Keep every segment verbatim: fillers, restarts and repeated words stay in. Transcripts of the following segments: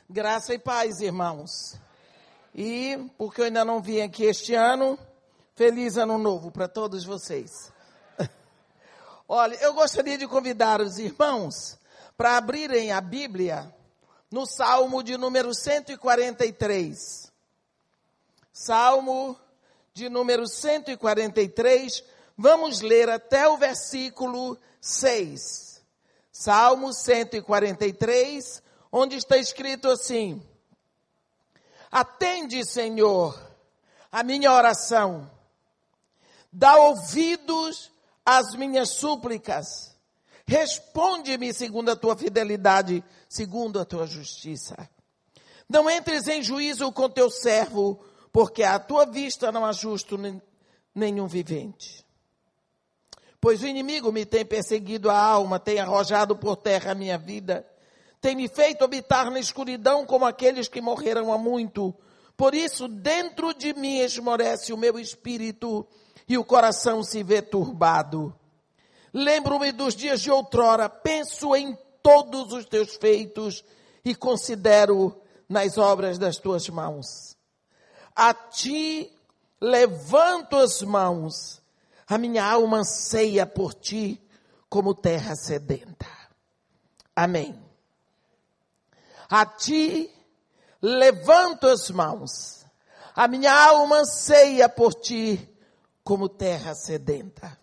Graça e paz, irmãos. E, porque eu ainda não vim aqui este ano, feliz ano novo para todos vocês. Olha, eu gostaria de convidar os irmãos para abrirem a Bíblia no Salmo de número cento e quarenta e três. Salmo de número cento e quarenta e três, vamos ler até o versículo seis. Salmo cento e quarenta e três, onde está escrito assim: atende, Senhor, a minha oração, dá ouvidos às minhas súplicas, responde-me segundo a tua fidelidade, segundo a tua justiça. Não entres em juízo com teu servo, porque à tua vista não há justo nenhum vivente. Pois o inimigo me tem perseguido a alma, tem arrojado por terra a minha vida, tem me feito habitar na escuridão como aqueles que morreram há muito. Por isso, dentro de mim esmorece o meu espírito e o coração se vê turbado. Lembro-me dos dias de outrora, penso em todos os teus feitos e considero nas obras das tuas mãos. A ti levanto as mãos, a minha alma anseia por ti como terra sedenta. Amém. A ti levanto as mãos, a minha alma anseia por ti como terra sedenta.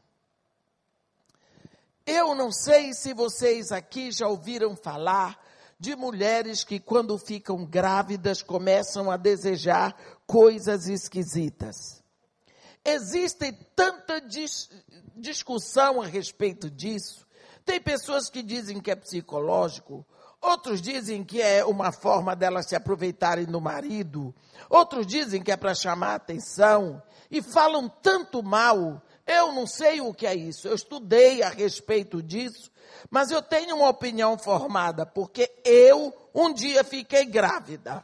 Eu não sei se vocês aqui já ouviram falar de mulheres que quando ficam grávidas começam a desejar coisas esquisitas. Existe tanta dis- discussão a respeito disso. Tem pessoas que dizem que é psicológico, outros dizem que é uma forma delas se aproveitarem do marido, outros dizem que é para chamar a atenção, e falam tanto mal. Eu não sei o que é isso, eu estudei a respeito disso, mas eu tenho uma opinião formada, porque eu um dia fiquei grávida.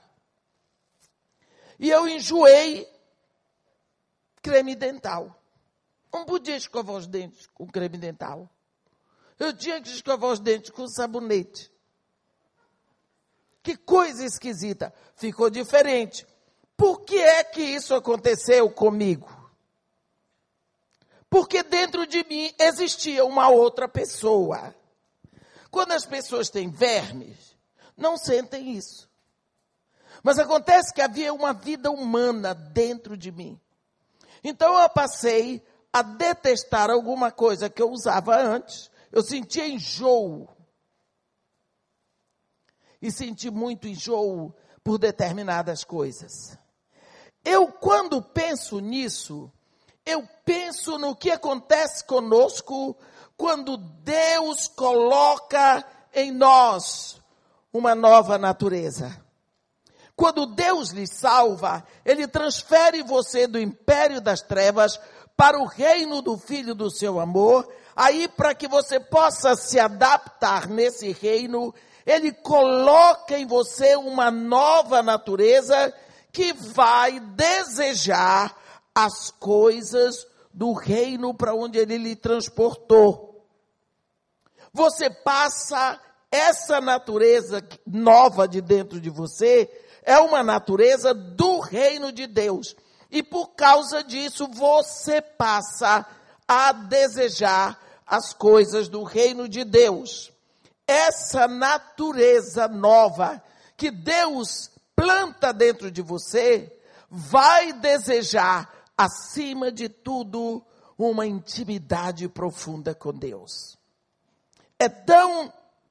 E eu enjoei creme dental. Não podia escovar os dentes com creme dental. Eu tinha que escovar os dentes com sabonete. Que coisa esquisita. Ficou diferente. Por que é que isso aconteceu comigo? Porque dentro de mim existia uma outra pessoa. Quando as pessoas têm vermes, não sentem isso. Mas acontece que havia uma vida humana dentro de mim. Então eu passei a detestar alguma coisa que eu usava antes. Eu sentia enjoo. E senti muito enjoo por determinadas coisas. Eu, quando penso nisso, eu penso no que acontece conosco quando Deus coloca em nós uma nova natureza. Quando Deus lhe salva, Ele transfere você do império das trevas para o reino do Filho do seu amor. Aí, para que você possa se adaptar nesse reino, Ele coloca em você uma nova natureza que vai desejar as coisas do reino para onde Ele lhe transportou. Você passa essa natureza nova de dentro de você, é uma natureza do reino de Deus. E por causa disso, você passa a desejar as coisas do reino de Deus. Essa natureza nova que Deus planta dentro de você, vai desejar, acima de tudo, uma intimidade profunda com Deus. É tão,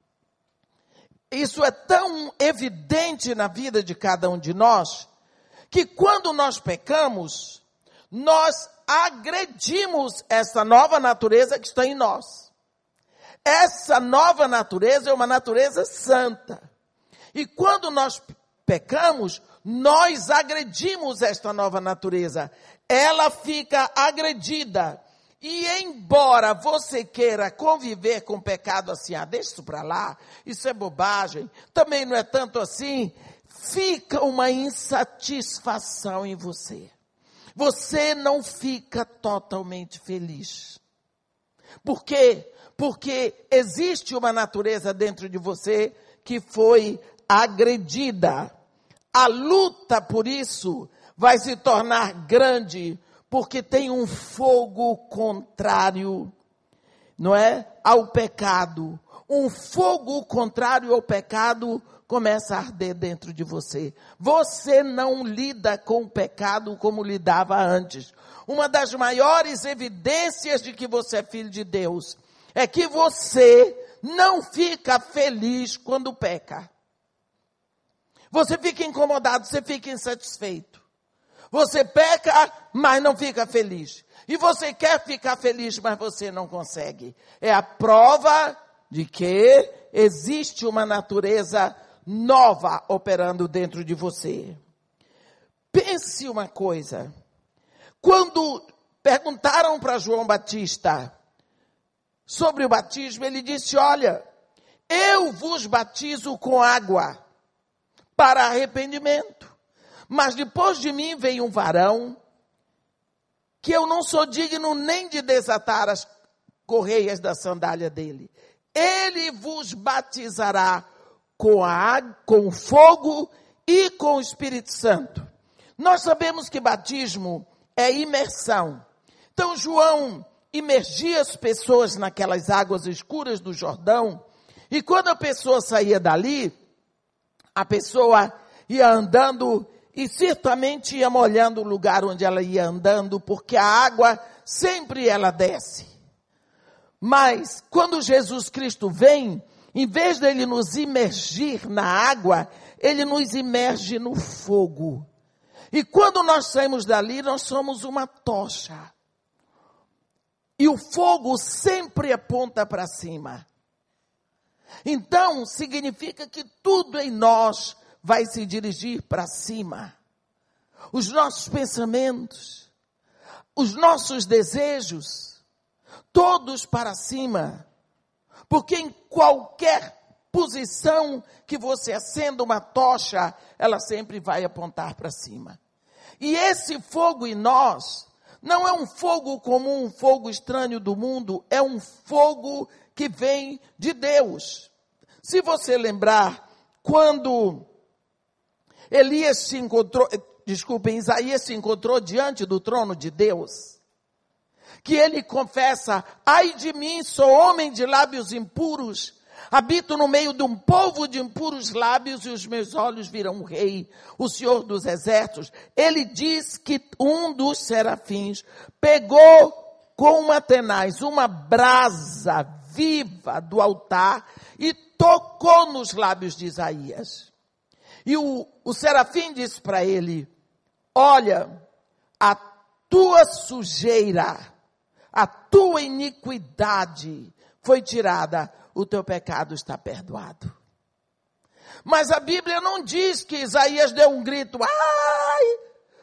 isso é tão evidente na vida de cada um de nós, que quando nós pecamos, nós agredimos essa nova natureza que está em nós. Essa nova natureza é uma natureza santa. E quando nós pecamos, nós agredimos esta nova natureza. Ela fica agredida. E embora você queira conviver com o pecado assim, ah, deixa isso para lá, isso é bobagem, também não é tanto assim, fica uma insatisfação em você. Você não fica totalmente feliz. Por quê? Porque existe uma natureza dentro de você que foi agredida. A luta por isso vai se tornar grande, porque tem um fogo contrário, não é? Ao pecado. Um fogo contrário ao pecado começa a arder dentro de você. Você não lida com o pecado como lidava antes. Uma das maiores evidências de que você é filho de Deus é que você não fica feliz quando peca. Você fica incomodado, você fica insatisfeito. Você peca, mas não fica feliz. E você quer ficar feliz, mas você não consegue. É a prova de que existe uma natureza nova operando dentro de você. Pense uma coisa. Quando perguntaram para João Batista sobre o batismo, ele disse, olha, eu vos batizo com água para arrependimento. Mas depois de mim vem um varão que eu não sou digno nem de desatar as correias da sandália dele. Ele vos batizará com a água, com fogo e com o Espírito Santo. Nós sabemos que batismo é imersão. Então João imergia as pessoas naquelas águas escuras do Jordão, e quando a pessoa saía dali, a pessoa ia andando e certamente ia molhando o lugar onde ela ia andando, porque a água sempre ela desce. Mas quando Jesus Cristo vem, em vez dele nos imergir na água, ele nos imerge no fogo. E quando nós saímos dali, nós somos uma tocha. E o fogo sempre aponta para cima. Então, significa que tudo em nós vai se dirigir para cima. Os nossos pensamentos, os nossos desejos, todos para cima. Porque em qualquer posição que você acenda uma tocha, ela sempre vai apontar para cima. E esse fogo em nós não é um fogo comum, um fogo estranho do mundo, é um fogo que vem de Deus. Se você lembrar, quando Elias se encontrou, desculpem, Isaías se encontrou diante do trono de Deus, que ele confessa, ai de mim, sou homem de lábios impuros, habito no meio de um povo de impuros lábios e os meus olhos viram o rei, o Senhor dos exércitos. Ele diz que um dos serafins pegou com uma tenaz, uma brasa viva do altar e tocou nos lábios de Isaías. E o, o serafim disse para ele, olha, a tua sujeira, a tua iniquidade foi tirada, o teu pecado está perdoado. Mas a Bíblia não diz que Isaías deu um grito, ai,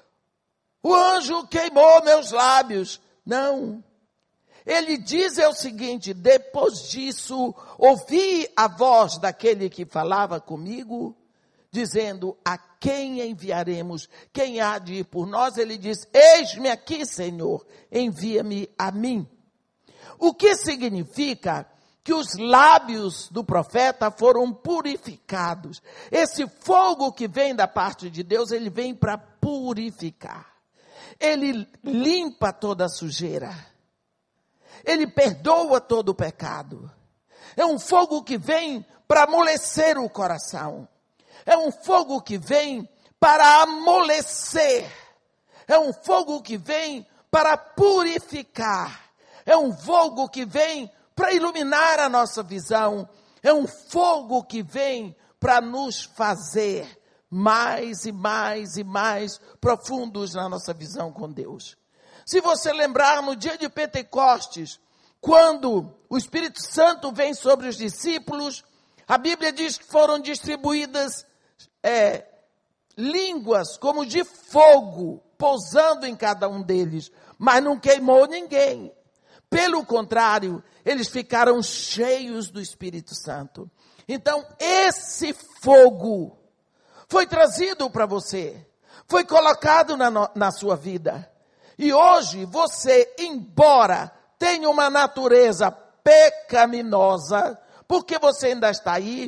o anjo queimou meus lábios. Não. Ele diz é o seguinte, depois disso, ouvi a voz daquele que falava comigo, dizendo, a quem enviaremos? Quem há de ir por nós? Ele diz, eis-me aqui, Senhor, envia-me a mim. O que significa que os lábios do profeta foram purificados. Esse fogo que vem da parte de Deus, ele vem para purificar. Ele limpa toda a sujeira. Ele perdoa todo o pecado. É um fogo que vem para amolecer o coração. É um fogo que vem para amolecer. É um fogo que vem para purificar. É um fogo que vem para iluminar a nossa visão. É um fogo que vem para nos fazer mais e mais e mais profundos na nossa visão com Deus. Se você lembrar, no dia de Pentecostes, quando o Espírito Santo vem sobre os discípulos, a Bíblia diz que foram distribuídas é, línguas como de fogo, pousando em cada um deles, mas não queimou ninguém. Pelo contrário, eles ficaram cheios do Espírito Santo. Então, esse fogo foi trazido para você, foi colocado na, na sua vida. E hoje você, embora tenha uma natureza pecaminosa, porque você ainda está aí,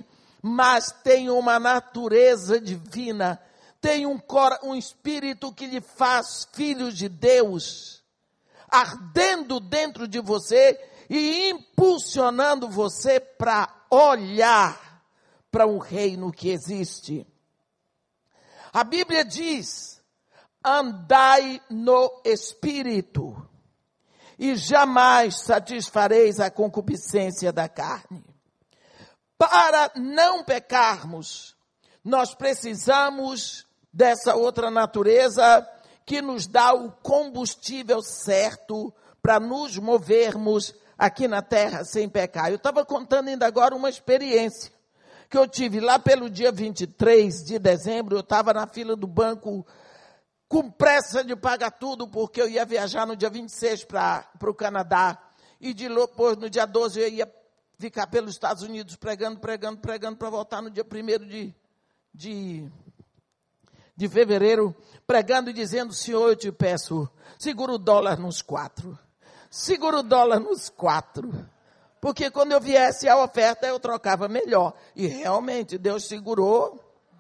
mas tem uma natureza divina, tem um, cor, um espírito que lhe faz filhos de Deus, ardendo dentro de você e impulsionando você para olhar para um reino que existe. A Bíblia diz: andai no Espírito, e jamais satisfareis a concupiscência da carne. Para não pecarmos, nós precisamos dessa outra natureza que nos dá o combustível certo para nos movermos aqui na terra sem pecar. Eu estava contando ainda agora uma experiência que eu tive lá pelo dia vinte e três de dezembro. Eu estava na fila do banco com pressa de pagar tudo, porque eu ia viajar no dia vinte e seis para o Canadá, e de depois no dia doze eu ia ficar pelos Estados Unidos pregando, pregando, pregando, para voltar no dia primeiro de, de, de fevereiro, pregando e dizendo: Senhor, eu te peço, segura o dólar nos quatro, segura o dólar nos quatro, porque quando eu viesse a oferta eu trocava melhor, e realmente Deus segurou.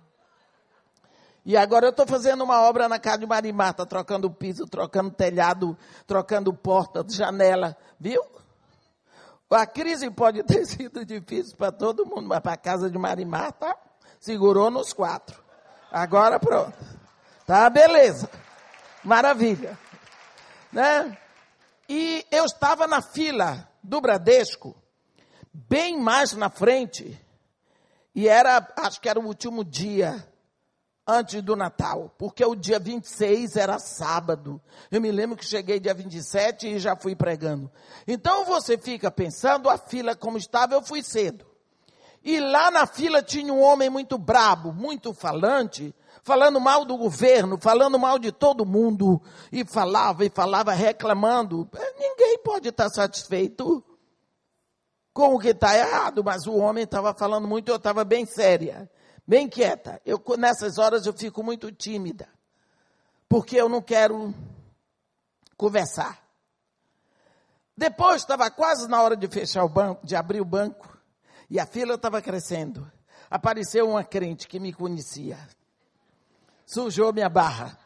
E agora eu estou fazendo uma obra na casa de Marimar, está trocando piso, trocando telhado, trocando porta, janela, viu? A crise pode ter sido difícil para todo mundo, mas para a casa de Marimar, tá? Segurou nos quatro. Agora pronto. Tá, beleza. Maravilha. Né? E eu estava na fila do Bradesco, bem mais na frente, e era, acho que era o último dia antes do Natal, porque o dia vinte e seis era sábado. Eu me lembro que cheguei dia vinte e sete e já fui pregando. Então você fica pensando, a fila como estava, eu fui cedo. E lá na fila tinha um homem muito brabo, muito falante, falando mal do governo, falando mal de todo mundo, e falava e falava reclamando. Ninguém pode estar satisfeito com o que está errado, mas o homem estava falando muito, eu estava bem séria. Bem quieta. Eu, nessas horas eu fico muito tímida, porque eu não quero conversar. Depois estava quase na hora de fechar o banco, de abrir o banco, e a fila estava crescendo. Apareceu uma crente que me conhecia. Sujou minha barra.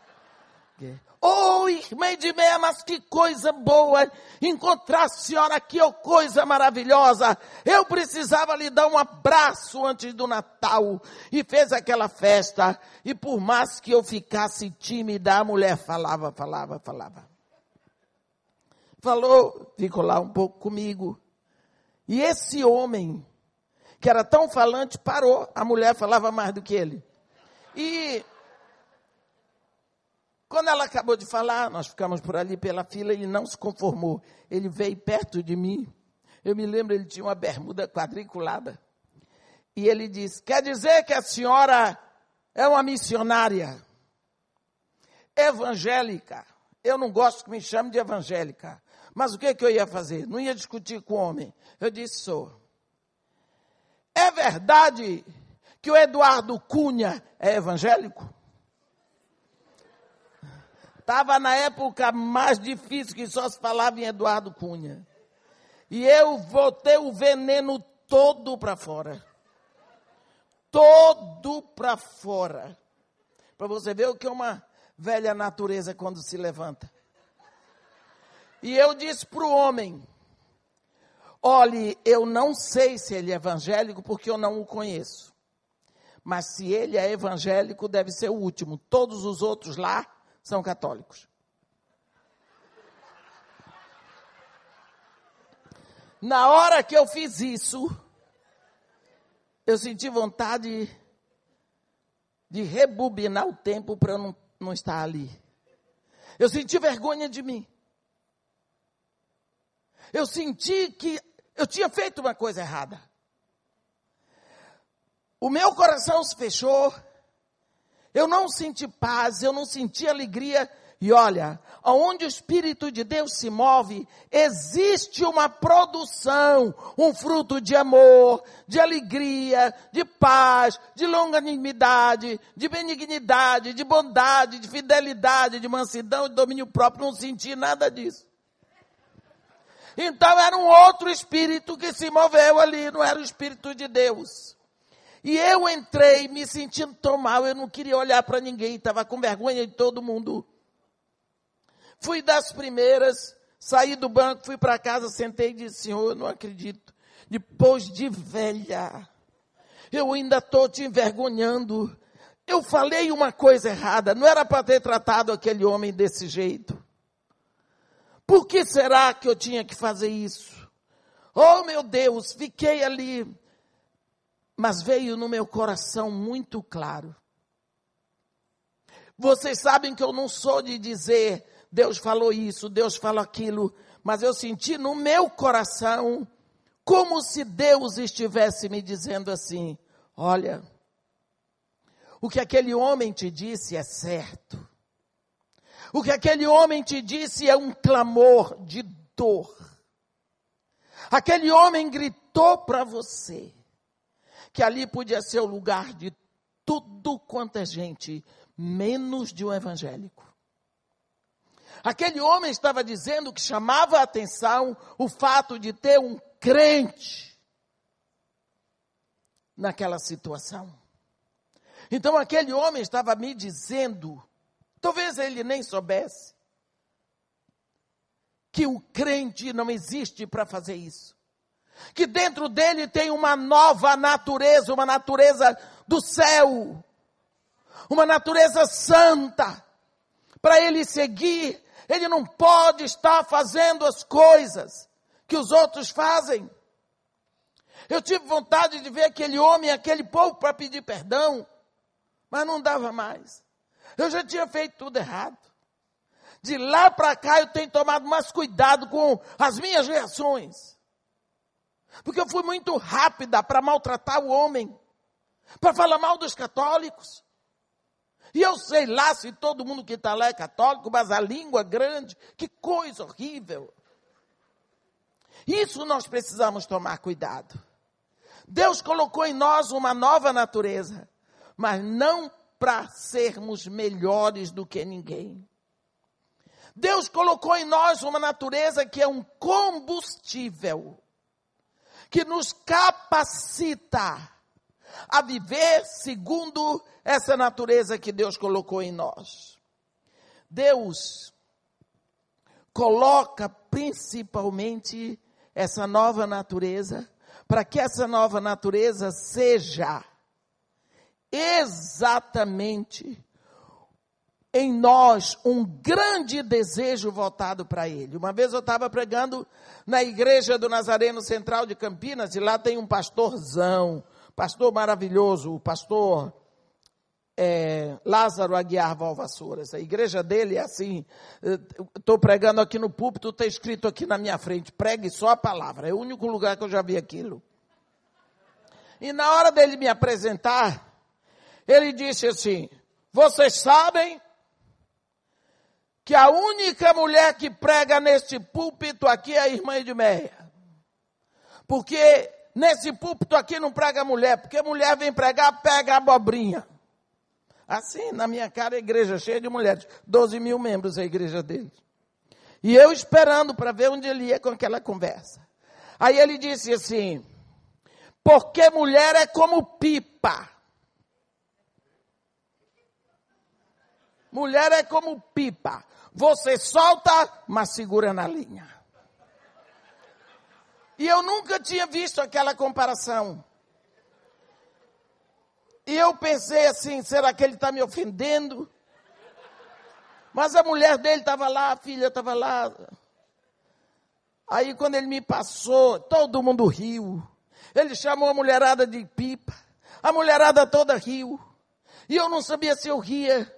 Oh, irmã Edmeia, mas que coisa boa encontrar a senhora aqui, oh, coisa maravilhosa. Eu precisava lhe dar um abraço antes do Natal. E fez aquela festa. E por mais que eu ficasse tímida, a mulher falava, falava, falava. Falou, ficou lá um pouco comigo. E esse homem, que era tão falante, parou. A mulher falava mais do que ele. E quando ela acabou de falar, nós ficamos por ali pela fila, ele não se conformou. Ele veio perto de mim. Eu me lembro, ele tinha uma bermuda quadriculada. E ele disse: quer dizer que a senhora é uma missionária evangélica? Eu não gosto que me chame de evangélica. Mas o que, que eu ia fazer? Não ia discutir com o homem. Eu disse: sou. É verdade que o Eduardo Cunha é evangélico? Estava na época mais difícil, que só se falava em Eduardo Cunha. E eu botei o veneno todo para fora. Todo para fora. Para você ver o que é uma velha natureza quando se levanta. E eu disse para o homem: olhe, eu não sei se ele é evangélico porque eu não o conheço. Mas se ele é evangélico, deve ser o último. Todos os outros lá são católicos. Na hora que eu fiz isso, eu senti vontade de rebobinar o tempo para eu não, não estar ali. Eu senti vergonha de mim. Eu senti que eu tinha feito uma coisa errada. O meu coração se fechou. Eu não senti paz, eu não senti alegria. E olha, onde o Espírito de Deus se move, existe uma produção, um fruto de amor, de alegria, de paz, de longanimidade, de benignidade, de bondade, de fidelidade, de mansidão, de domínio próprio. Não senti nada disso. Então era um outro espírito que se moveu ali, não era o Espírito de Deus. E eu entrei me sentindo tão mal, eu não queria olhar para ninguém, estava com vergonha de todo mundo. Fui das primeiras, saí do banco, fui para casa, sentei e disse, Senhor, eu não acredito. Depois de velha, eu ainda estou te envergonhando. Eu falei uma coisa errada, não era para ter tratado aquele homem desse jeito. Por que será que eu tinha que fazer isso? Oh, meu Deus, fiquei ali. Mas veio no meu coração muito claro. Vocês sabem que eu não sou de dizer, Deus falou isso, Deus falou aquilo, mas eu senti no meu coração como se Deus estivesse me dizendo assim, olha, o que aquele homem te disse é certo. O que aquele homem te disse é um clamor de dor. Aquele homem gritou para você que ali podia ser o lugar de tudo quanto é gente, menos de um evangélico. Aquele homem estava dizendo que chamava a atenção o fato de ter um crente naquela situação. Então aquele homem estava me dizendo, talvez ele nem soubesse, que o crente não existe para fazer isso. Que dentro dele tem uma nova natureza, uma natureza do céu, uma natureza santa. Para ele seguir, ele não pode estar fazendo as coisas que os outros fazem. Eu tive vontade de ver aquele homem, aquele povo para pedir perdão, mas não dava mais. Eu já tinha feito tudo errado. De lá para cá eu tenho tomado mais cuidado com as minhas reações. Porque eu fui muito rápida para maltratar o homem, para falar mal dos católicos. E eu sei lá se todo mundo que está lá é católico, mas a língua grande, que coisa horrível. Isso nós precisamos tomar cuidado. Deus colocou em nós uma nova natureza, mas não para sermos melhores do que ninguém. Deus colocou em nós uma natureza que é um combustível, que nos capacita a viver segundo essa natureza que Deus colocou em nós. Deus coloca principalmente essa nova natureza, para que essa nova natureza seja exatamente em nós um grande desejo voltado para Ele. Uma vez eu estava pregando na igreja do Nazareno Central de Campinas, e lá tem um pastorzão, pastor maravilhoso, o pastor é, Lázaro Aguiar Valvassouras. A igreja dele é assim, estou pregando aqui no púlpito, está escrito aqui na minha frente, pregue só a palavra, é o único lugar que eu já vi aquilo. E na hora dele me apresentar, ele disse assim, vocês sabem que a única mulher que prega neste púlpito aqui é a irmã Edmeia. Porque nesse púlpito aqui não prega mulher, porque mulher vem pregar, pega a abobrinha. Assim, na minha cara, a igreja cheia de mulheres. doze mil membros a igreja dele. E eu esperando para ver onde ele ia com aquela conversa. Aí ele disse assim, porque mulher é como pipa. Mulher é como pipa. Você solta, mas segura na linha. E eu nunca tinha visto aquela comparação. E eu pensei assim, será que ele está me ofendendo? Mas a mulher dele estava lá, a filha estava lá. Aí quando ele me passou, todo mundo riu. Ele chamou a mulherada de pipa. A mulherada toda riu. E eu não sabia se eu ria.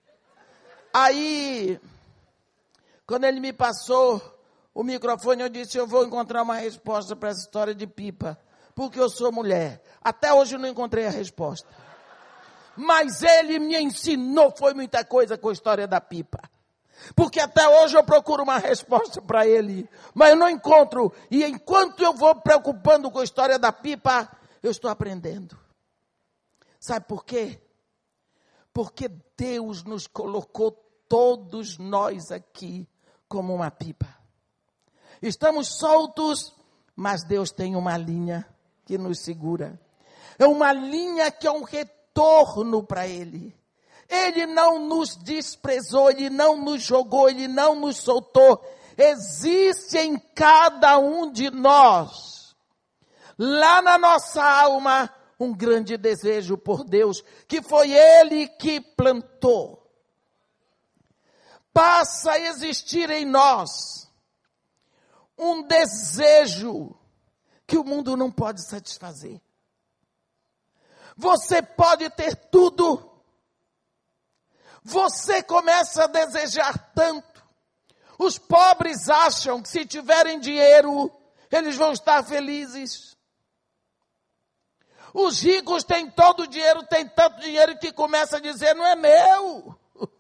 Aí, quando ele me passou o microfone, eu disse, eu vou encontrar uma resposta para essa história de pipa, porque eu sou mulher. Até hoje eu não encontrei a resposta. Mas ele me ensinou, foi muita coisa com a história da pipa. Porque até hoje eu procuro uma resposta para ele, mas eu não encontro. E enquanto eu vou preocupando com a história da pipa, eu estou aprendendo. Sabe por quê? Porque Deus nos colocou todos nós aqui como uma pipa. Estamos soltos, mas Deus tem uma linha que nos segura. É uma linha que é um retorno para Ele. Ele não nos desprezou, Ele não nos jogou, Ele não nos soltou. Existe em cada um de nós, lá na nossa alma, um grande desejo por Deus, que foi Ele que plantou. Passa a existir em nós um desejo que o mundo não pode satisfazer. Você pode ter tudo. Você começa a desejar tanto. Os pobres acham que se tiverem dinheiro, eles vão estar felizes. Os ricos têm todo o dinheiro, têm tanto dinheiro que começa a dizer, não é meu.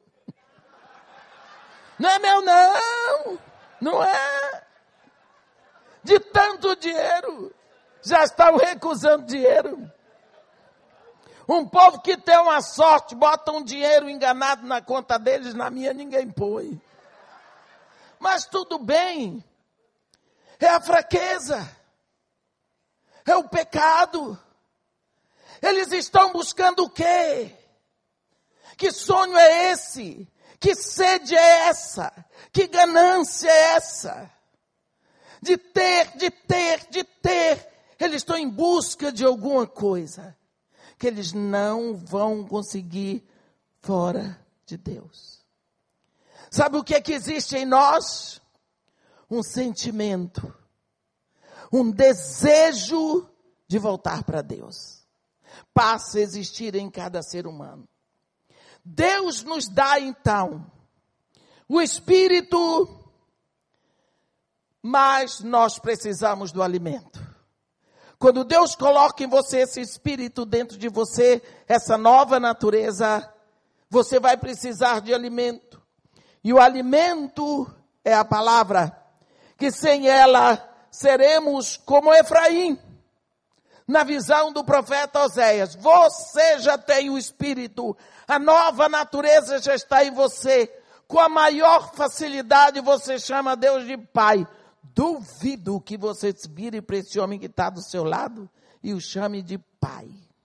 Não é meu não. Não é. De tanto dinheiro, já estão recusando dinheiro. Um povo que tem uma sorte, bota um dinheiro enganado na conta deles, na minha ninguém põe. Mas tudo bem, é a fraqueza, é o pecado. Eles estão buscando o quê? Que sonho é esse? Que sede é essa? Que ganância é essa? De ter, de ter, de ter. Eles estão em busca de alguma coisa que eles não vão conseguir fora de Deus. Sabe o que é que existe em nós? Um sentimento, um desejo de voltar para Deus. Passa a existir em cada ser humano. Deus nos dá então o Espírito, mas nós precisamos do alimento. Quando Deus coloca em você esse Espírito dentro de você, essa nova natureza, você vai precisar de alimento. E o alimento é a palavra, que sem ela seremos como Efraim. Na visão do profeta Oséias, você já tem o Espírito, a nova natureza já está em você. Com a maior facilidade você chama Deus de Pai. Duvido que você se vire para esse homem que está do seu lado e o chame de pai.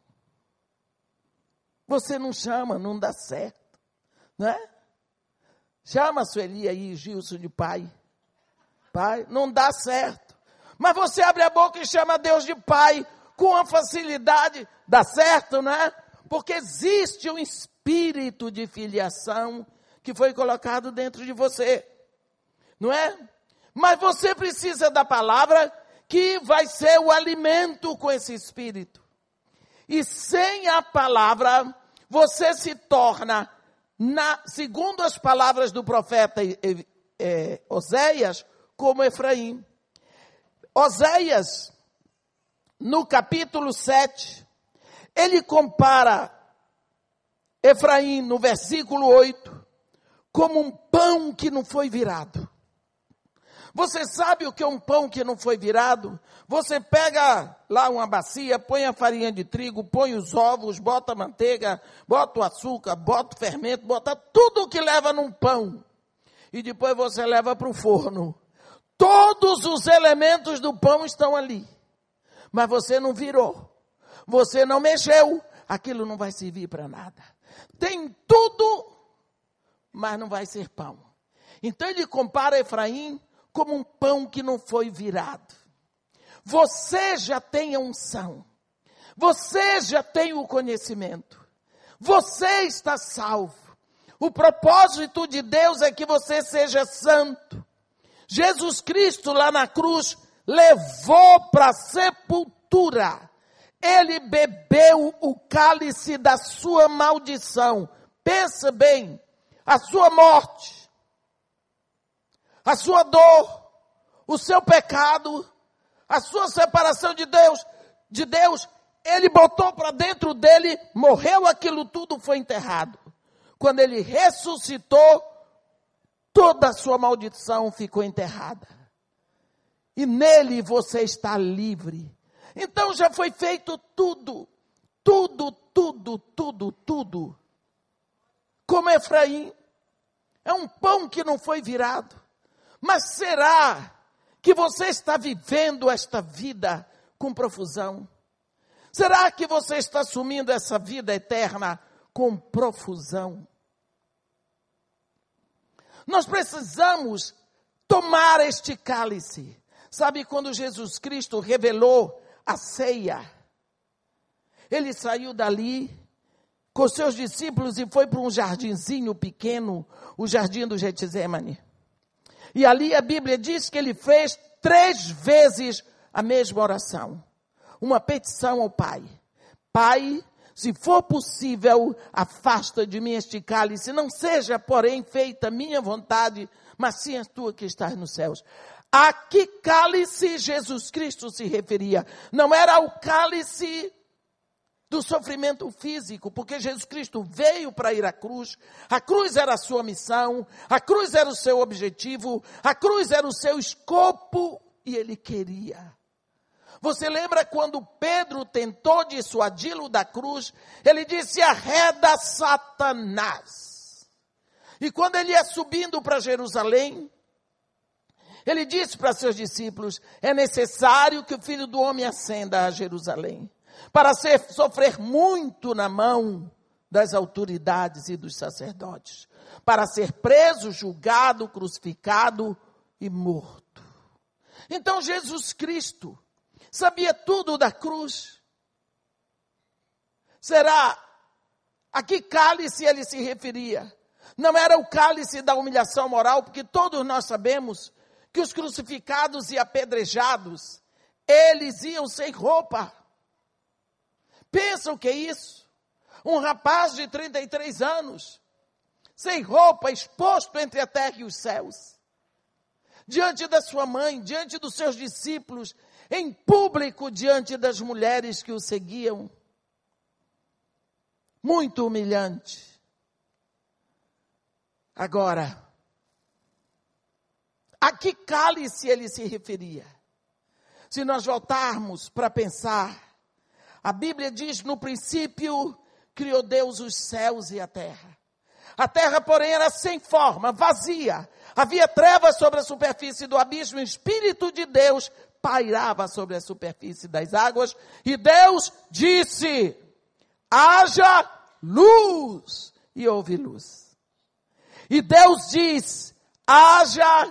Você não chama, não dá certo, não é? Chama a Sueli aí, Gilson de pai. Pai, não dá certo. Mas você abre a boca e chama Deus de pai com a facilidade, dá certo, não é? Porque existe um espírito de filiação que foi colocado dentro de você, não é? Mas você precisa da palavra que vai ser o alimento com esse espírito. E sem a palavra, você se torna, na, segundo as palavras do profeta é, Oséias, como Efraim. Oséias, no capítulo sete, ele compara Efraim, no versículo oito, como um pão que não foi virado. Você sabe o que é um pão que não foi virado? Você pega lá uma bacia, põe a farinha de trigo, põe os ovos, bota a manteiga, bota o açúcar, bota o fermento, bota tudo o que leva num pão. E depois você leva para o forno. Todos os elementos do pão estão ali. Mas você não virou. Você não mexeu. Aquilo não vai servir para nada. Tem tudo, mas não vai ser pão. Então ele compara Efraim como um pão que não foi virado. Você já tem a unção. Você já tem o conhecimento. Você está salvo. O propósito de Deus é que você seja santo. Jesus Cristo lá na cruz levou para a sepultura. Ele bebeu o cálice da sua maldição. Pensa bem, a sua morte, a sua dor, o seu pecado, a sua separação de Deus, de Deus, ele botou para dentro dele, morreu, aquilo tudo foi enterrado. Quando ele ressuscitou, toda a sua maldição ficou enterrada. E nele você está livre. Então já foi feito tudo, tudo, tudo, tudo, tudo. Como Efraim, é um pão que não foi virado. Mas será que você está vivendo esta vida com profusão? Será que você está assumindo essa vida eterna com profusão? Nós precisamos tomar este cálice. Sabe quando Jesus Cristo revelou a ceia? Ele saiu dali com seus discípulos e foi para um jardinzinho pequeno, o jardim do Getsemane. E ali a Bíblia diz que ele fez três vezes a mesma oração. Uma petição ao Pai. Pai, se for possível, afasta de mim este cálice. Não seja, porém, feita a minha vontade, mas sim a tua que estás nos céus. A que cálice Jesus Cristo se referia? Não era o cálice do sofrimento físico, porque Jesus Cristo veio para ir à cruz. A cruz era a sua missão, a cruz era o seu objetivo, a cruz era o seu escopo e ele queria. Você lembra quando Pedro tentou dissuadi-lo da cruz? Ele disse, arreda Satanás. E quando ele ia subindo para Jerusalém, ele disse para seus discípulos, é necessário que o Filho do Homem ascenda a Jerusalém, para ser, sofrer muito na mão das autoridades e dos sacerdotes, para ser preso, julgado, crucificado e morto. Então Jesus Cristo sabia tudo da cruz. Será a que cálice ele se referia? Não era o cálice da humilhação moral, porque todos nós sabemos que os crucificados e apedrejados, eles iam sem roupa. Pensa o que é isso? Um rapaz de trinta e três anos, sem roupa, exposto entre a terra e os céus. Diante da sua mãe, diante dos seus discípulos, em público diante das mulheres que o seguiam. Muito humilhante. Agora, a que cálice ele se referia? Se nós voltarmos para pensar, a Bíblia diz, no princípio, criou Deus os céus e a terra. A terra, porém, era sem forma, vazia. Havia trevas sobre a superfície do abismo, o Espírito de Deus pairava sobre a superfície das águas, e Deus disse, haja luz, e houve luz. E Deus diz, haja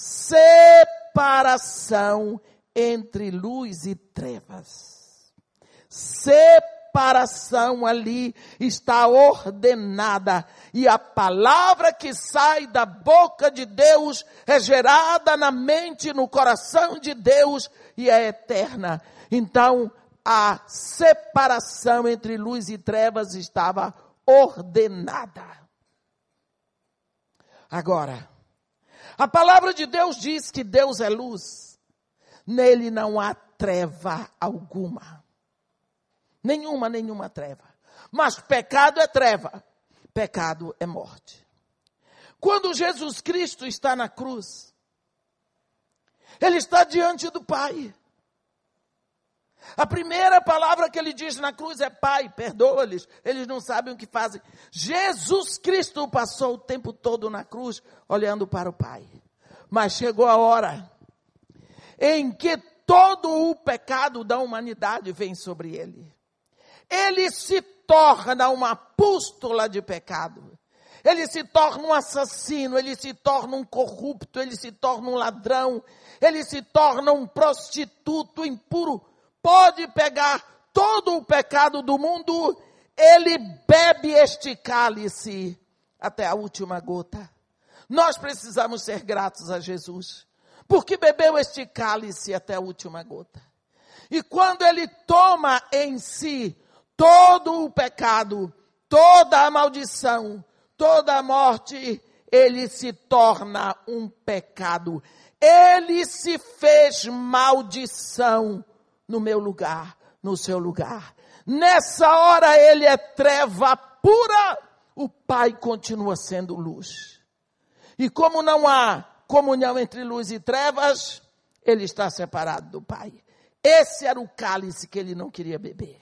separação entre luz e trevas. Separação ali está ordenada, e a palavra que sai da boca de Deus é gerada na mente e no coração de Deus e é eterna. Então, a separação entre luz e trevas estava ordenada. Agora, a palavra de Deus diz que Deus é luz. Nele não há treva alguma. Nenhuma, nenhuma treva. Mas pecado é treva. Pecado é morte. Quando Jesus Cristo está na cruz, ele está diante do Pai. A primeira palavra que ele diz na cruz é Pai, perdoa-lhes, eles não sabem o que fazem. Jesus Cristo passou o tempo todo na cruz, olhando para o Pai. Mas chegou a hora em que todo o pecado da humanidade vem sobre ele. Ele se torna uma pústula de pecado. Ele se torna um assassino, ele se torna um corrupto, ele se torna um ladrão, ele se torna um prostituto impuro. Pode pegar todo o pecado do mundo, ele bebe este cálice até a última gota. Nós precisamos ser gratos a Jesus, porque bebeu este cálice até a última gota. E quando ele toma em si todo o pecado, toda a maldição, toda a morte, ele se torna um pecado. Ele se fez maldição no meu lugar, no seu lugar. Nessa hora ele é treva pura, o Pai continua sendo luz. E como não há comunhão entre luz e trevas, ele está separado do Pai. Esse era o cálice que ele não queria beber.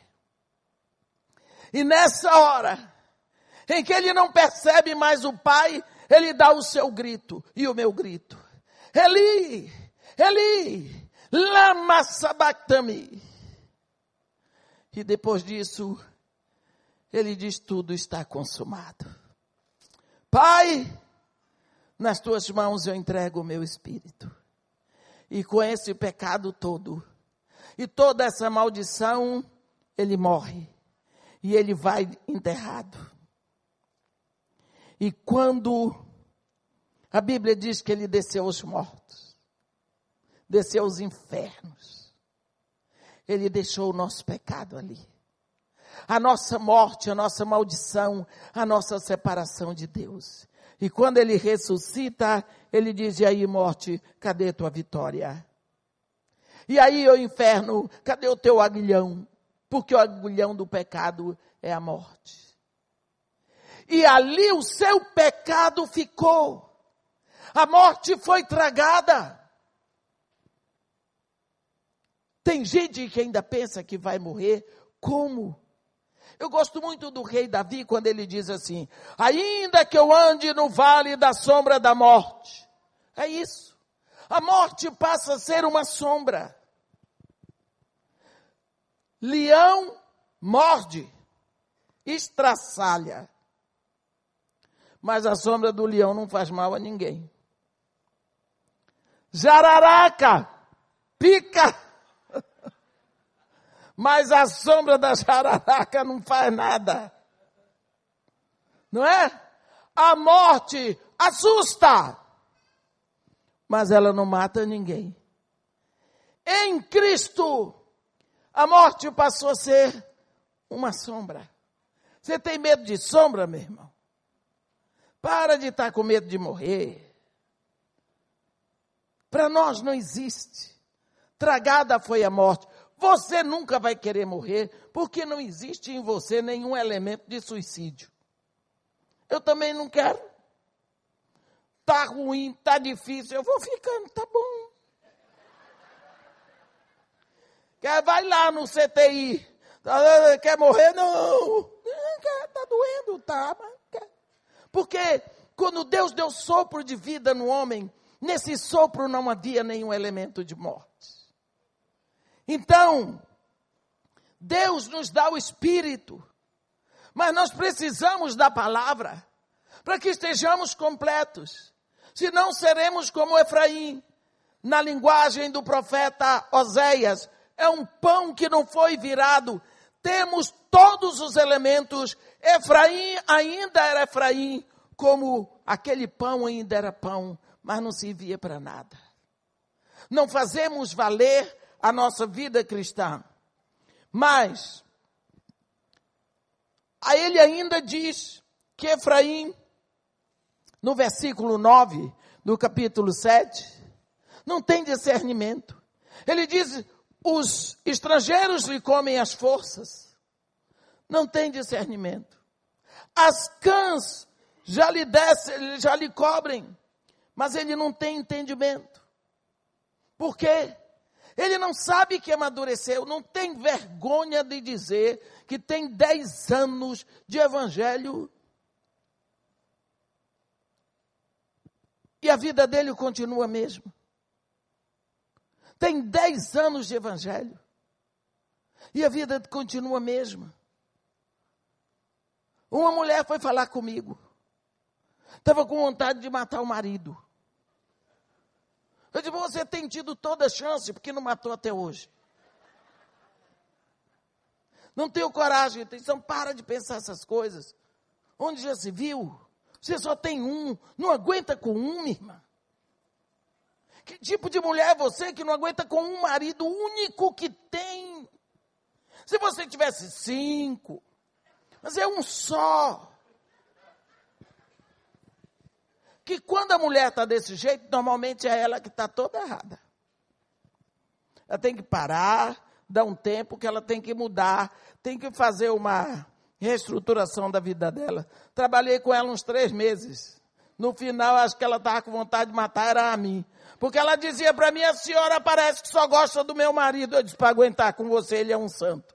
E nessa hora, em que ele não percebe mais o Pai, ele dá o seu grito e o meu grito. Eli, Eli, lama sabachthani. que depois disso, ele diz: tudo está consumado. Pai, nas tuas mãos eu entrego o meu espírito. E com esse pecado todo, e toda essa maldição, ele morre. E ele vai enterrado. E quando a Bíblia diz que ele desceu aos mortos, desceu aos infernos, ele deixou o nosso pecado ali. A nossa morte, a nossa maldição, a nossa separação de Deus. E quando ele ressuscita, ele diz: e aí, morte, cadê tua vitória? E aí, ô inferno, cadê o teu aguilhão? Porque o aguilhão do pecado é a morte. E ali o seu pecado ficou. A morte foi tragada. Tem gente que ainda pensa que vai morrer. Como? Eu gosto muito do rei Davi quando ele diz assim: ainda que eu ande no vale da sombra da morte. É isso. A morte passa a ser uma sombra. Leão morde, estraçalha. Mas a sombra do leão não faz mal a ninguém. Jararaca pica. Mas a sombra da jararaca não faz nada. Não é? A morte assusta. Mas ela não mata ninguém. Em Cristo, a morte passou a ser uma sombra. Você tem medo de sombra, meu irmão? Para de estar com medo de morrer. Para nós não existe. Tragada foi a morte. Você nunca vai querer morrer, porque não existe em você nenhum elemento de suicídio. Eu também não quero. Tá ruim, tá difícil, eu vou ficando, tá bom. Quer, vai lá no C T I. Quer morrer? Não. Tá doendo, tá. Porque quando Deus deu sopro de vida no homem, nesse sopro não havia nenhum elemento de morte. Então, Deus nos dá o Espírito, mas nós precisamos da palavra, para que estejamos completos. Senão seremos como Efraim, na linguagem do profeta Oséias, é um pão que não foi virado. Temos todos os elementos. Efraim ainda era Efraim, como aquele pão ainda era pão, mas não servia para nada. Não fazemos valer a nossa vida cristã. Mas, a ele ainda diz que Efraim, no versículo nove do capítulo sete, não tem discernimento. Ele diz: os estrangeiros lhe comem as forças. Não tem discernimento. As cãs já lhe descem, já lhe cobrem, mas ele não tem entendimento. Por quê? Ele não sabe que amadureceu, não tem vergonha de dizer que tem dez anos de evangelho. E a vida dele continua a mesma. Tem dez anos de evangelho. E a vida continua a mesma. Uma mulher foi falar comigo. Estava com vontade de matar o marido. Eu disse: você tem tido toda a chance, porque não matou até hoje. Não tenho coragem, então para de pensar essas coisas. Onde já se viu? Você só tem um, não aguenta com um, minha irmã. Que tipo de mulher é você que não aguenta com um marido único que tem? Se você tivesse cinco, mas é um só. Que quando a mulher está desse jeito, normalmente é ela que está toda errada. Ela tem que parar, dar um tempo que ela tem que mudar, tem que fazer uma reestruturação da vida dela. Trabalhei com ela uns três meses. No final, acho que ela estava com vontade de matar, era a mim. Porque ela dizia para mim: a senhora parece que só gosta do meu marido. Eu disse: para aguentar com você, ele é um santo.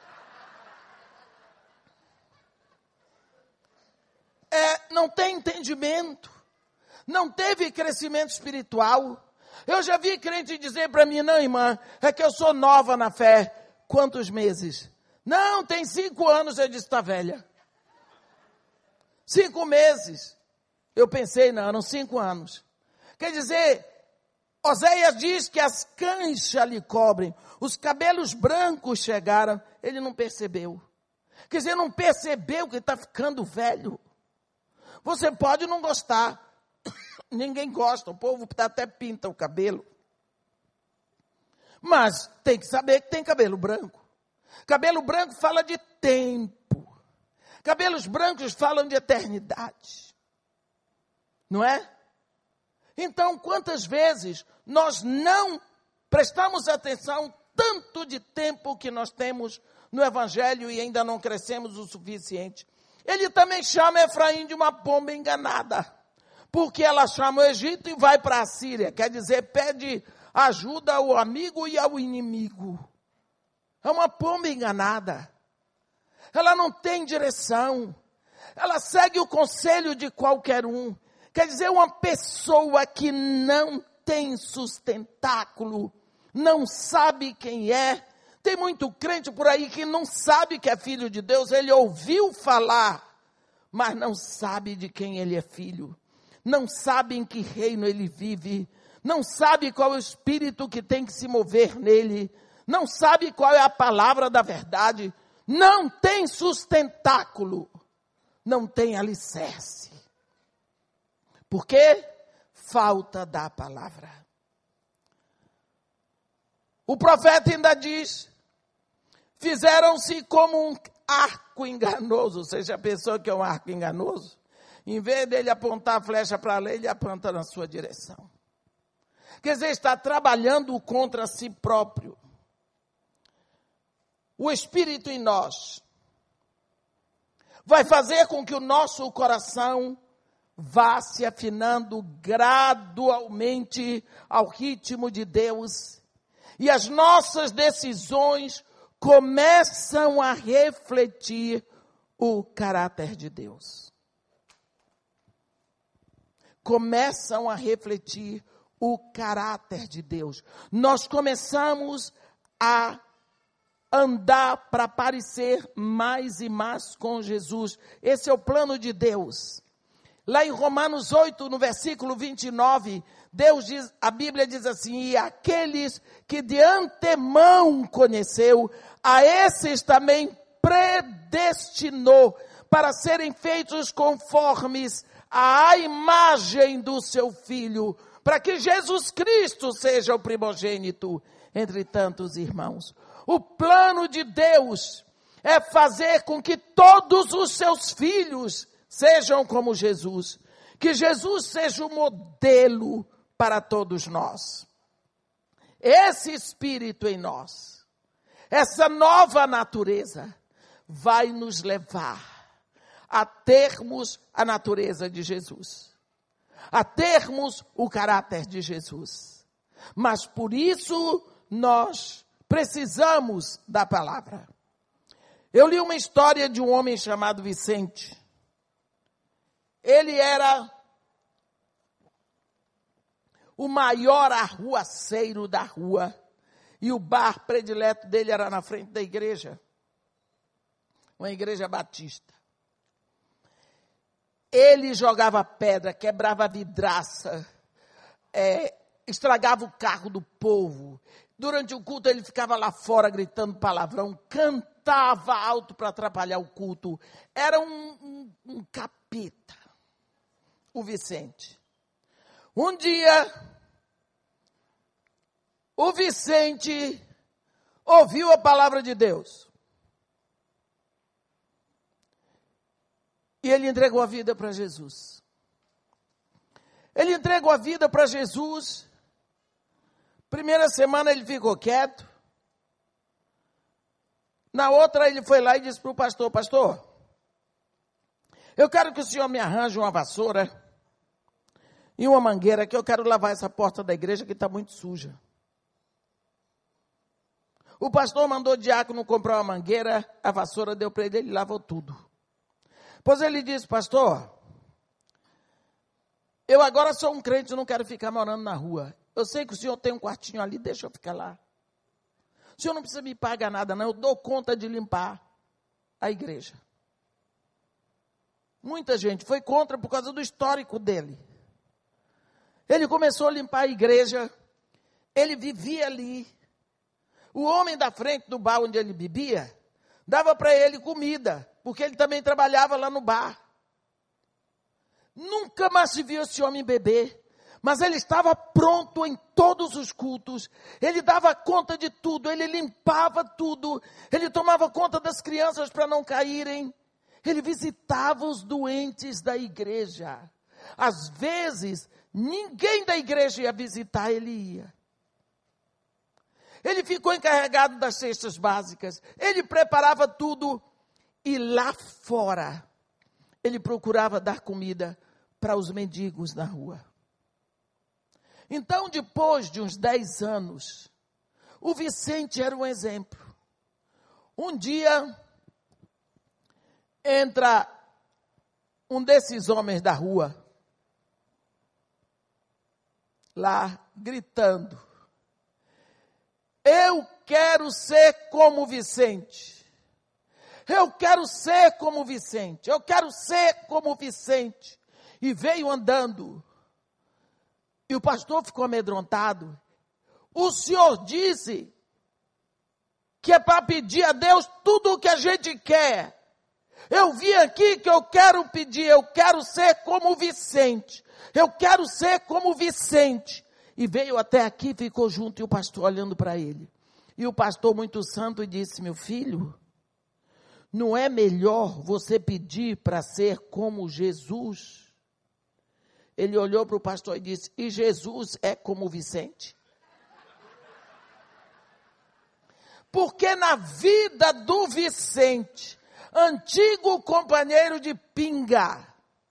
É, não tem entendimento. Não teve crescimento espiritual. Eu já vi crente dizer para mim: não, irmã, é que eu sou nova na fé. Quantos meses? Não, tem cinco anos. Eu disse, está velha. Cinco meses. Eu pensei, não, eram cinco anos. Quer dizer, Oséias diz que as canchas lhe cobrem, os cabelos brancos chegaram, ele não percebeu. Quer dizer, não percebeu que está ficando velho. Você pode não gostar, ninguém gosta, o povo até pinta o cabelo. Mas tem que saber que tem cabelo branco. Cabelo branco fala de tempo. Cabelos brancos falam de eternidade. Não é? Então, quantas vezes nós não prestamos atenção tanto de tempo que nós temos no Evangelho e ainda não crescemos o suficiente? Ele também chama Efraim de uma pomba enganada, porque ela chama o Egito e vai para a Síria, quer dizer, pede ajuda ao amigo e ao inimigo. É uma pomba enganada. Ela não tem direção. Ela segue o conselho de qualquer um. Quer dizer, uma pessoa que não tem sustentáculo, não sabe quem é. Tem muito crente por aí que não sabe que é filho de Deus. Ele ouviu falar, mas não sabe de quem ele é filho. Não sabe em que reino ele vive. Não sabe qual é o espírito que tem que se mover nele. Não sabe qual é a palavra da verdade. Não tem sustentáculo. Não tem alicerce. Por quê? Falta da palavra. O profeta ainda diz, fizeram-se como um arco enganoso. Você já pensou que é um arco enganoso? Em vez dele apontar a flecha para lá, ele aponta na sua direção. Quer dizer, está trabalhando contra si próprio. O Espírito em nós vai fazer com que o nosso coração vá se afinando gradualmente ao ritmo de Deus. E as nossas decisões começam a refletir o caráter de Deus. Começam a refletir o caráter de Deus. Nós começamos a andar para parecer mais e mais com Jesus. Esse é o plano de Deus. Lá em Romanos oito, no versículo vinte e nove, Deus diz, a Bíblia diz assim, e aqueles que de antemão conheceu, a esses também predestinou para serem feitos conformes à imagem do seu Filho, para que Jesus Cristo seja o primogênito entre tantos irmãos. O plano de Deus é fazer com que todos os seus filhos sejam como Jesus. Que Jesus seja o modelo para todos nós. Esse Espírito em nós, essa nova natureza, vai nos levar a termos a natureza de Jesus. A termos o caráter de Jesus. Mas por isso nós precisamos da palavra. Eu li uma história de um homem chamado Vicente. Ele era o maior arruaceiro da rua. E o bar predileto dele era na frente da igreja. Uma igreja batista. Ele jogava pedra, quebrava vidraça, é, estragava o carro do povo. Durante o culto ele ficava lá fora gritando palavrão, cantava alto para atrapalhar o culto. Era um, um, um capeta, o Vicente. Um dia, o Vicente ouviu a palavra de Deus. E ele entregou a vida para Jesus. Ele entregou a vida para Jesus. Primeira semana ele ficou quieto. Na outra ele foi lá e disse para o pastor, pastor, eu quero que o senhor me arranje uma vassoura e uma mangueira, que eu quero lavar essa porta da igreja que está muito suja. O pastor mandou o diácono comprar uma mangueira, a vassoura deu para ele, ele lavou tudo. Pois ele disse, pastor, eu agora sou um crente, não quero ficar morando na rua. Eu sei que o senhor tem um quartinho ali, deixa eu ficar lá. O senhor não precisa me pagar nada, não, eu dou conta de limpar a igreja. Muita gente foi contra por causa do histórico dele. Ele começou a limpar a igreja, ele vivia ali. O homem da frente do bar onde ele bebia, dava para ele comida, porque ele também trabalhava lá no bar. Nunca mais se viu esse homem beber, mas ele estava pronto em todos os cultos, ele dava conta de tudo, ele limpava tudo, ele tomava conta das crianças para não caírem, ele visitava os doentes da igreja. Às vezes, ninguém da igreja ia visitar, ele ia. Ele ficou encarregado das cestas básicas, ele preparava tudo e lá fora, ele procurava dar comida para os mendigos na rua. Então, depois de uns dez anos, o Vicente era um exemplo. Um dia, entra um desses homens da rua, lá gritando: eu quero ser como Vicente, eu quero ser como Vicente, eu quero ser como Vicente. E veio andando, e o pastor ficou amedrontado. O senhor disse que é para pedir a Deus tudo o que a gente quer. Eu vim aqui que eu quero pedir, eu quero ser como Vicente, eu quero ser como Vicente. E veio até aqui, ficou junto, e o pastor olhando para ele. E o pastor muito santo disse: meu filho, não é melhor você pedir para ser como Jesus? Ele olhou para o pastor e disse: e Jesus é como Vicente? Porque na vida do Vicente, antigo companheiro de pinga,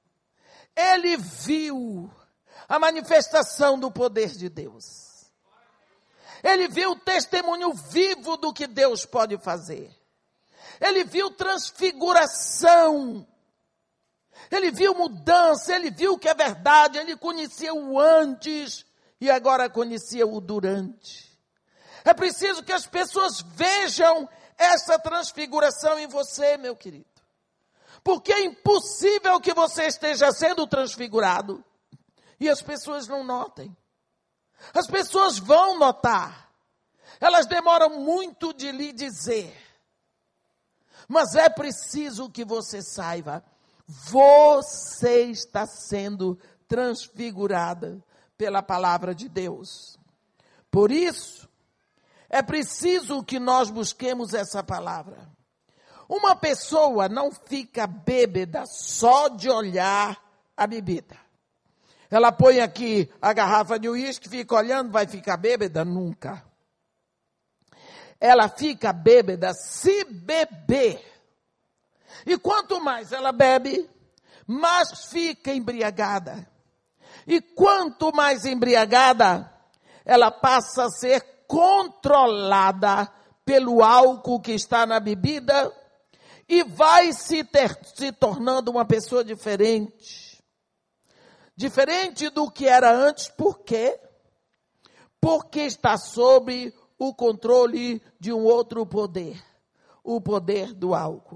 ele viu a manifestação do poder de Deus. Ele viu o testemunho vivo do que Deus pode fazer. Ele viu transfiguração. Ele viu mudança, ele viu que é verdade, ele conhecia o antes e agora conhecia o durante. É preciso que as pessoas vejam essa transfiguração em você, meu querido. Porque é impossível que você esteja sendo transfigurado e as pessoas não notem. As pessoas vão notar. Elas demoram muito de lhe dizer. Mas é preciso que você saiba, você está sendo transfigurada pela palavra de Deus. Por isso, é preciso que nós busquemos essa palavra. Uma pessoa não fica bêbada só de olhar a bebida. Ela põe aqui a garrafa de uísque, fica olhando, vai ficar bêbada? Nunca. Ela fica bêbada se beber. E quanto mais ela bebe, mais fica embriagada. E quanto mais embriagada, ela passa a ser controlada pelo álcool que está na bebida e vai se, ter, se tornando uma pessoa diferente. Diferente do que era antes, por quê? Porque está sob o controle de um outro poder, o poder do álcool.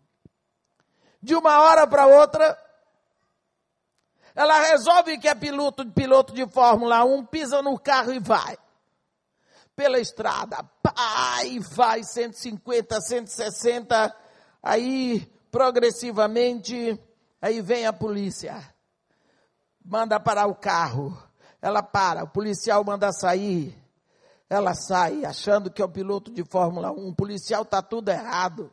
De uma hora para outra, ela resolve que é piloto, piloto de Fórmula um, pisa no carro e vai. Pela estrada, pai, vai cento e cinquenta, cento e sessenta, aí progressivamente, aí vem a polícia. Manda parar o carro, ela para, o policial manda sair, ela sai achando que é o piloto de Fórmula um, o policial está tudo errado.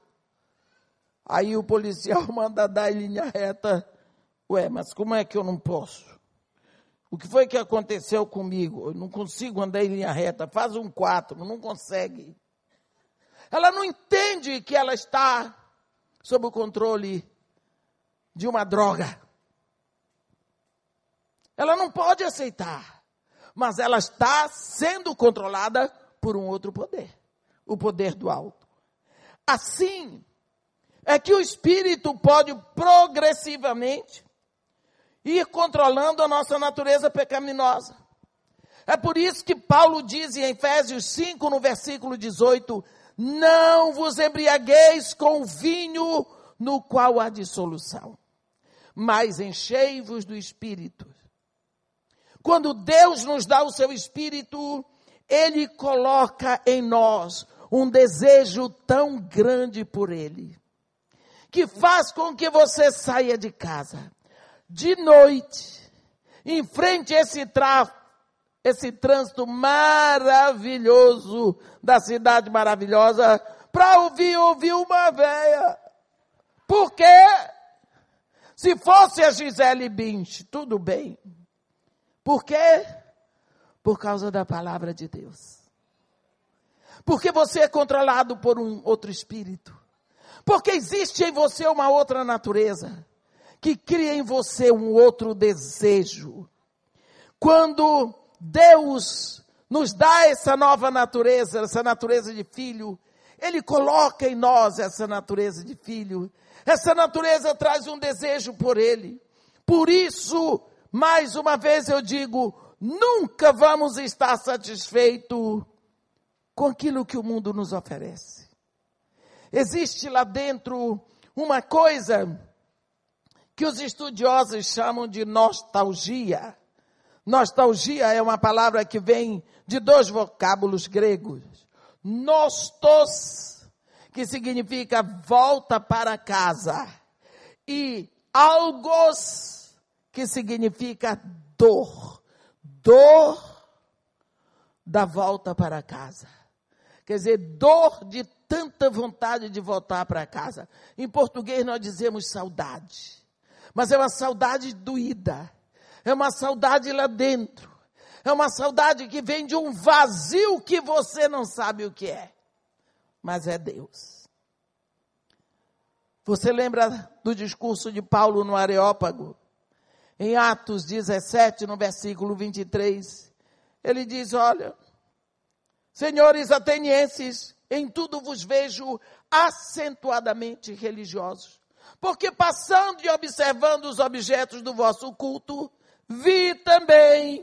Aí o policial manda dar em linha reta, ué, mas como é que eu não posso? O que foi que aconteceu comigo? Eu não consigo andar em linha reta, faz um quatro, não consegue. Ela não entende que ela está sob o controle de uma droga. Ela não pode aceitar, mas ela está sendo controlada por um outro poder, o poder do alto. Assim, é que o Espírito pode progressivamente ir controlando a nossa natureza pecaminosa. É por isso que Paulo diz em Efésios cinco, no versículo dezoito, não vos embriagueis com vinho no qual há dissolução, mas enchei-vos do Espírito. Quando Deus nos dá o seu Espírito, Ele coloca em nós um desejo tão grande por Ele, que faz com que você saia de casa de noite, enfrente esse tráfego, esse trânsito maravilhoso da cidade maravilhosa, para ouvir, ouvir uma véia. Por quê? Se fosse a Gisele Bündchen, tudo bem. Por quê? Por causa da palavra de Deus. Porque você é controlado por um outro espírito. Porque existe em você uma outra natureza, que cria em você um outro desejo. Quando Deus nos dá essa nova natureza, essa natureza de filho, Ele coloca em nós essa natureza de filho. Essa natureza traz um desejo por Ele. Por isso, mais uma vez eu digo, nunca vamos estar satisfeitos com aquilo que o mundo nos oferece. Existe lá dentro uma coisa que os estudiosos chamam de nostalgia. Nostalgia é uma palavra que vem de dois vocábulos gregos. Nostos, que significa volta para casa. E algos, que significa dor. Dor da volta para casa. Quer dizer, dor de tanta vontade de voltar para casa. Em português nós dizemos saudade. Mas é uma saudade doída. É uma saudade lá dentro. É uma saudade que vem de um vazio que você não sabe o que é. Mas é Deus. Você lembra do discurso de Paulo no Areópago? Em Atos dezessete, no versículo vinte e três. Ele diz, olha, senhores atenienses, em tudo vos vejo acentuadamente religiosos. Porque passando e observando os objetos do vosso culto, vi também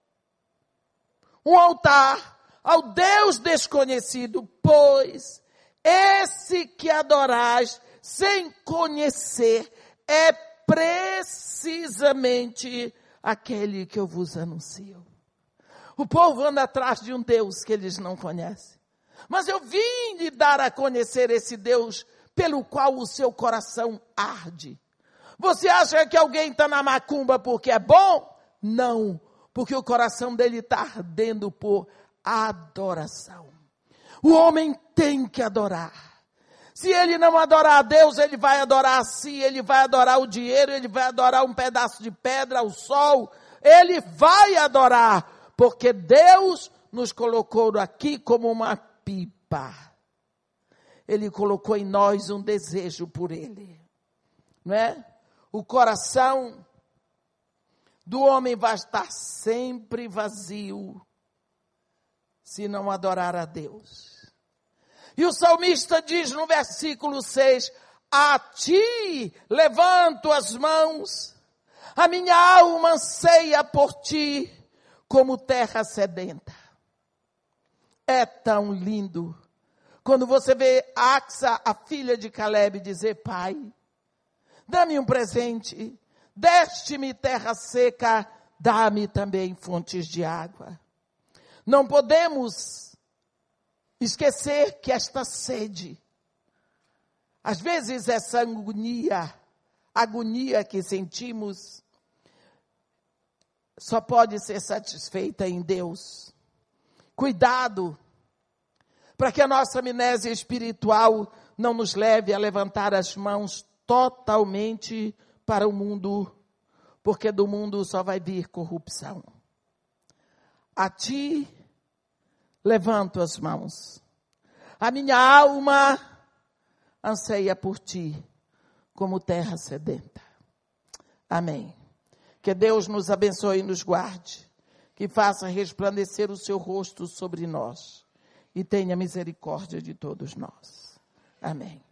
um altar ao Deus desconhecido, pois esse que adorais sem conhecer é precisamente aquele que eu vos anuncio. O povo anda atrás de um Deus que eles não conhecem. Mas eu vim lhe dar a conhecer esse Deus pelo qual o seu coração arde. Você acha que alguém está na macumba porque é bom? Não, porque o coração dele está ardendo por adoração. O homem tem que adorar. Se ele não adorar a Deus, ele vai adorar a si, ele vai adorar o dinheiro, ele vai adorar um pedaço de pedra, o sol. Ele vai adorar, porque Deus nos colocou aqui como uma pipa. Ele colocou em nós um desejo por Ele. Não é? O coração do homem vai estar sempre vazio se não adorar a Deus. E o salmista diz no versículo seis, a ti levanto as mãos, a minha alma anseia por ti como terra sedenta. É tão lindo quando você vê Axa, a filha de Caleb, dizer, pai, dá-me um presente, deste-me terra seca, dá-me também fontes de água. Não podemos esquecer que esta sede, às vezes essa agonia, agonia que sentimos, só pode ser satisfeita em Deus. Cuidado, para que a nossa amnésia espiritual não nos leve a levantar as mãos totalmente para o mundo, porque do mundo só vai vir corrupção. A ti levanto as mãos. A minha alma anseia por ti, como terra sedenta. Amém. Que Deus nos abençoe e nos guarde, que faça resplandecer o seu rosto sobre nós e tenha misericórdia de todos nós. Amém.